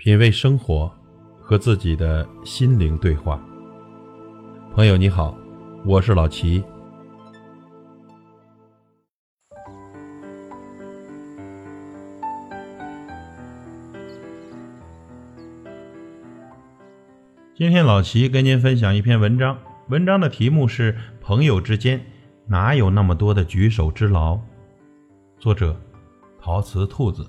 品味生活，和自己的心灵对话。朋友你好，我是老齐。今天老齐跟您分享一篇文章，文章的题目是朋友之间哪有那么多的举手之劳，作者陶瓷兔子。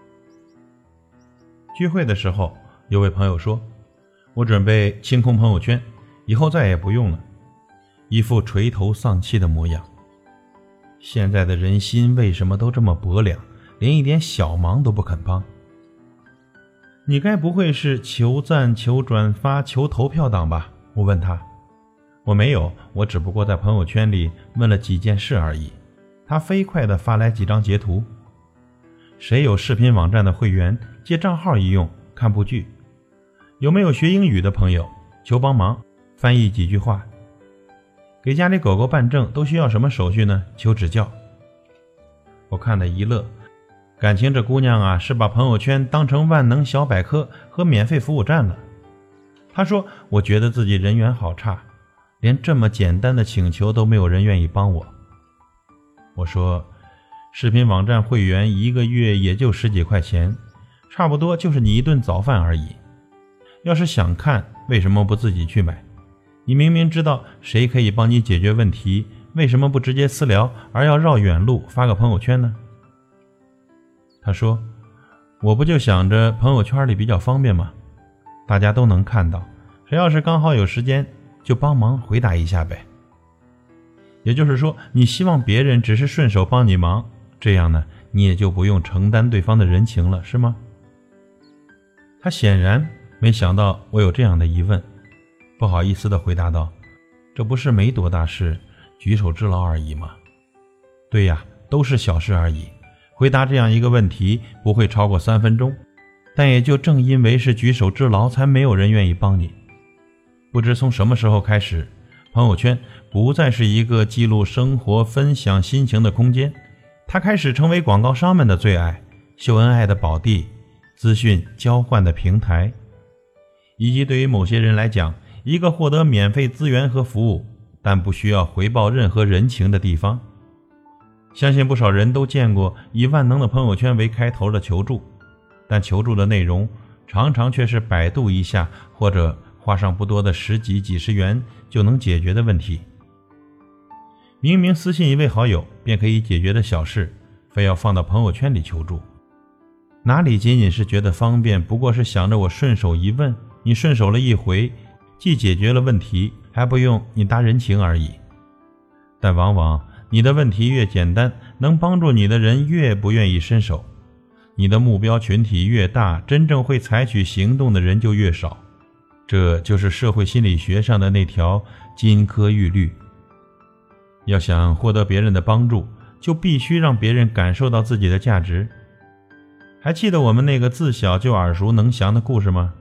聚会的时候，有位朋友说，我准备清空朋友圈，以后再也不用了，一副垂头丧气的模样。现在的人心为什么都这么薄凉，连一点小忙都不肯帮？你该不会是求赞、求转发、求投票党吧？我问他。我没有，我只不过在朋友圈里问了几件事而已。他飞快地发来几张截图。谁有视频网站的会员，借账号一用看部剧？有没有学英语的朋友，求帮忙翻译几句话？给家里狗狗办证都需要什么手续呢？求指教。我看得一乐，感情这姑娘啊，是把朋友圈当成万能小百科和免费服务站了。她说，我觉得自己人缘好差，连这么简单的请求都没有人愿意帮我。我说，视频网站会员一个月也就10几块钱，差不多就是你一顿早饭而已。要是想看，为什么不自己去买？你明明知道谁可以帮你解决问题，为什么不直接私聊，而要绕远路发个朋友圈呢？他说，我不就想着朋友圈里比较方便吗？大家都能看到，谁要是刚好有时间，就帮忙回答一下呗。也就是说，你希望别人只是顺手帮你忙，这样呢，你也就不用承担对方的人情了，是吗？他显然没想到我有这样的疑问，不好意思地回答道，这不是没多大事，举手之劳而已吗？对呀，都是小事而已，回答这样一个问题不会超过3分钟，但也就正因为是举手之劳，才没有人愿意帮你。不知从什么时候开始，朋友圈不再是一个记录生活、分享心情的空间，它开始成为广告商们的最爱，秀恩爱的宝地，资讯交换的平台，以及对于某些人来讲，一个获得免费资源和服务，但不需要回报任何人情的地方。相信不少人都见过以万能的朋友圈为开头的求助，但求助的内容常常却是百度一下，或者花上不多的10几、几十元就能解决的问题。明明私信一位好友便可以解决的小事，非要放到朋友圈里求助。哪里仅仅是觉得方便，不过是想着我顺手一问，你顺手了一回，既解决了问题，还不用你搭人情而已。但往往你的问题越简单，能帮助你的人越不愿意伸手，你的目标群体越大，真正会采取行动的人就越少。这就是社会心理学上的那条金科玉律。要想获得别人的帮助，就必须让别人感受到自己的价值。还记得我们那个自小就耳熟能详的故事吗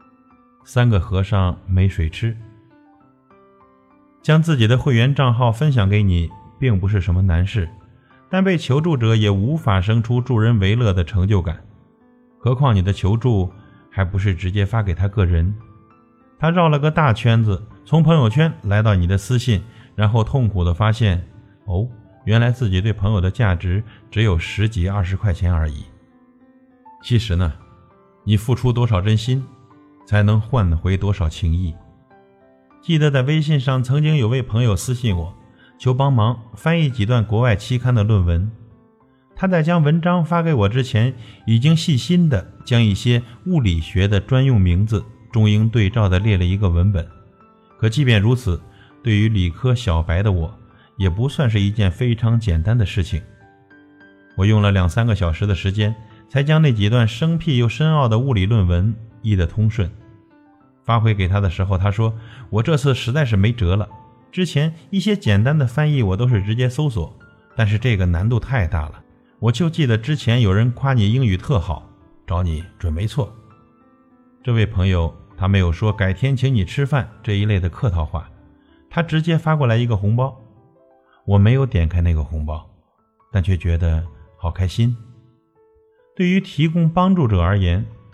？3个和尚没水吃。将自己的会员账号分享给你，并不是什么难事，但被求助者也无法生出助人为乐的成就感。何况你的求助还不是直接发给他个人，他绕了个大圈子，从朋友圈来到你的私信，然后痛苦地发现，原来自己对朋友的价值只有10几、20块钱而已。其实呢，你付出多少真心，才能换回多少情谊。记得在微信上曾经有位朋友私信我，求帮忙翻译几段国外期刊的论文。他在将文章发给我之前，已经细心地将一些物理学的专用名字中英对照地列了一个文本。可即便如此，对于理科小白的我，也不算是一件非常简单的事情。我用了2-3个小时的时间，才将那几段生僻又深奥的物理论文译得通顺。发回给他的时候，他说，我这次实在是没辙了，之前一些简单的翻译我都是直接搜索，但是这个难度太大了，我就记得之前有人夸你英语特好，找你准没错。这位朋友他没有说改天请你吃饭这一类的客套话，他直接发过来一个红包。我没有点开那个红包，但却觉得好开心。对于提供帮助者而言，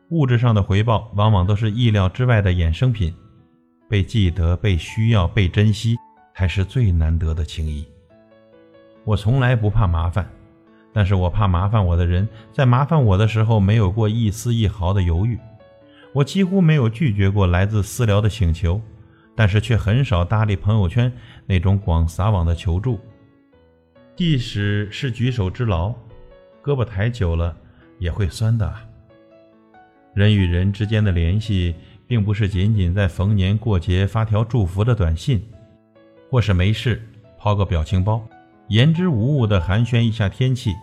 物质上的回报往往都是意料之外的衍生品，被记得、被需要、被珍惜，才是最难得的情谊。我从来不怕麻烦，但是我怕麻烦我的人在麻烦我的时候没有过一丝一毫的犹豫。我几乎没有拒绝过来自私聊的请求，但是却很少搭理朋友圈那种广撒网的求助。即使是举手之劳，胳膊抬久了也会酸的。人与人之间的联系并不是仅仅在逢年过节发条祝福的短信，或是没事抛个表情包，言之无物地寒暄一下天气。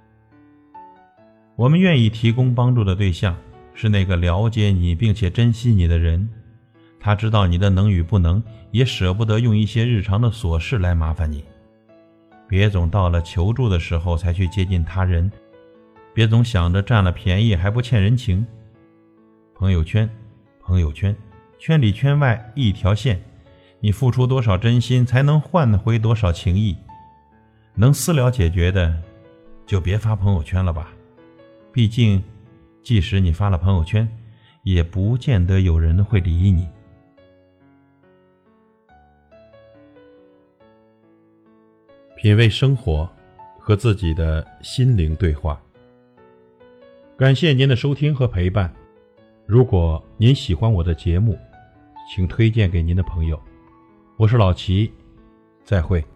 我们愿意提供帮助的对象是那个了解你并且珍惜你的人，他知道你的能与不能，也舍不得用一些日常的琐事来麻烦你。别总到了求助的时候才去接近他人，别总想着占了便宜还不欠人情。朋友圈，朋友圈，圈里圈外一条线，你付出多少真心才能换回多少情谊。能私聊解决的就别发朋友圈了吧，毕竟即使你发了朋友圈，也不见得有人会理你。品味生活，和自己的心灵对话。感谢您的收听和陪伴。如果您喜欢我的节目，请推荐给您的朋友。我是老齐，再会。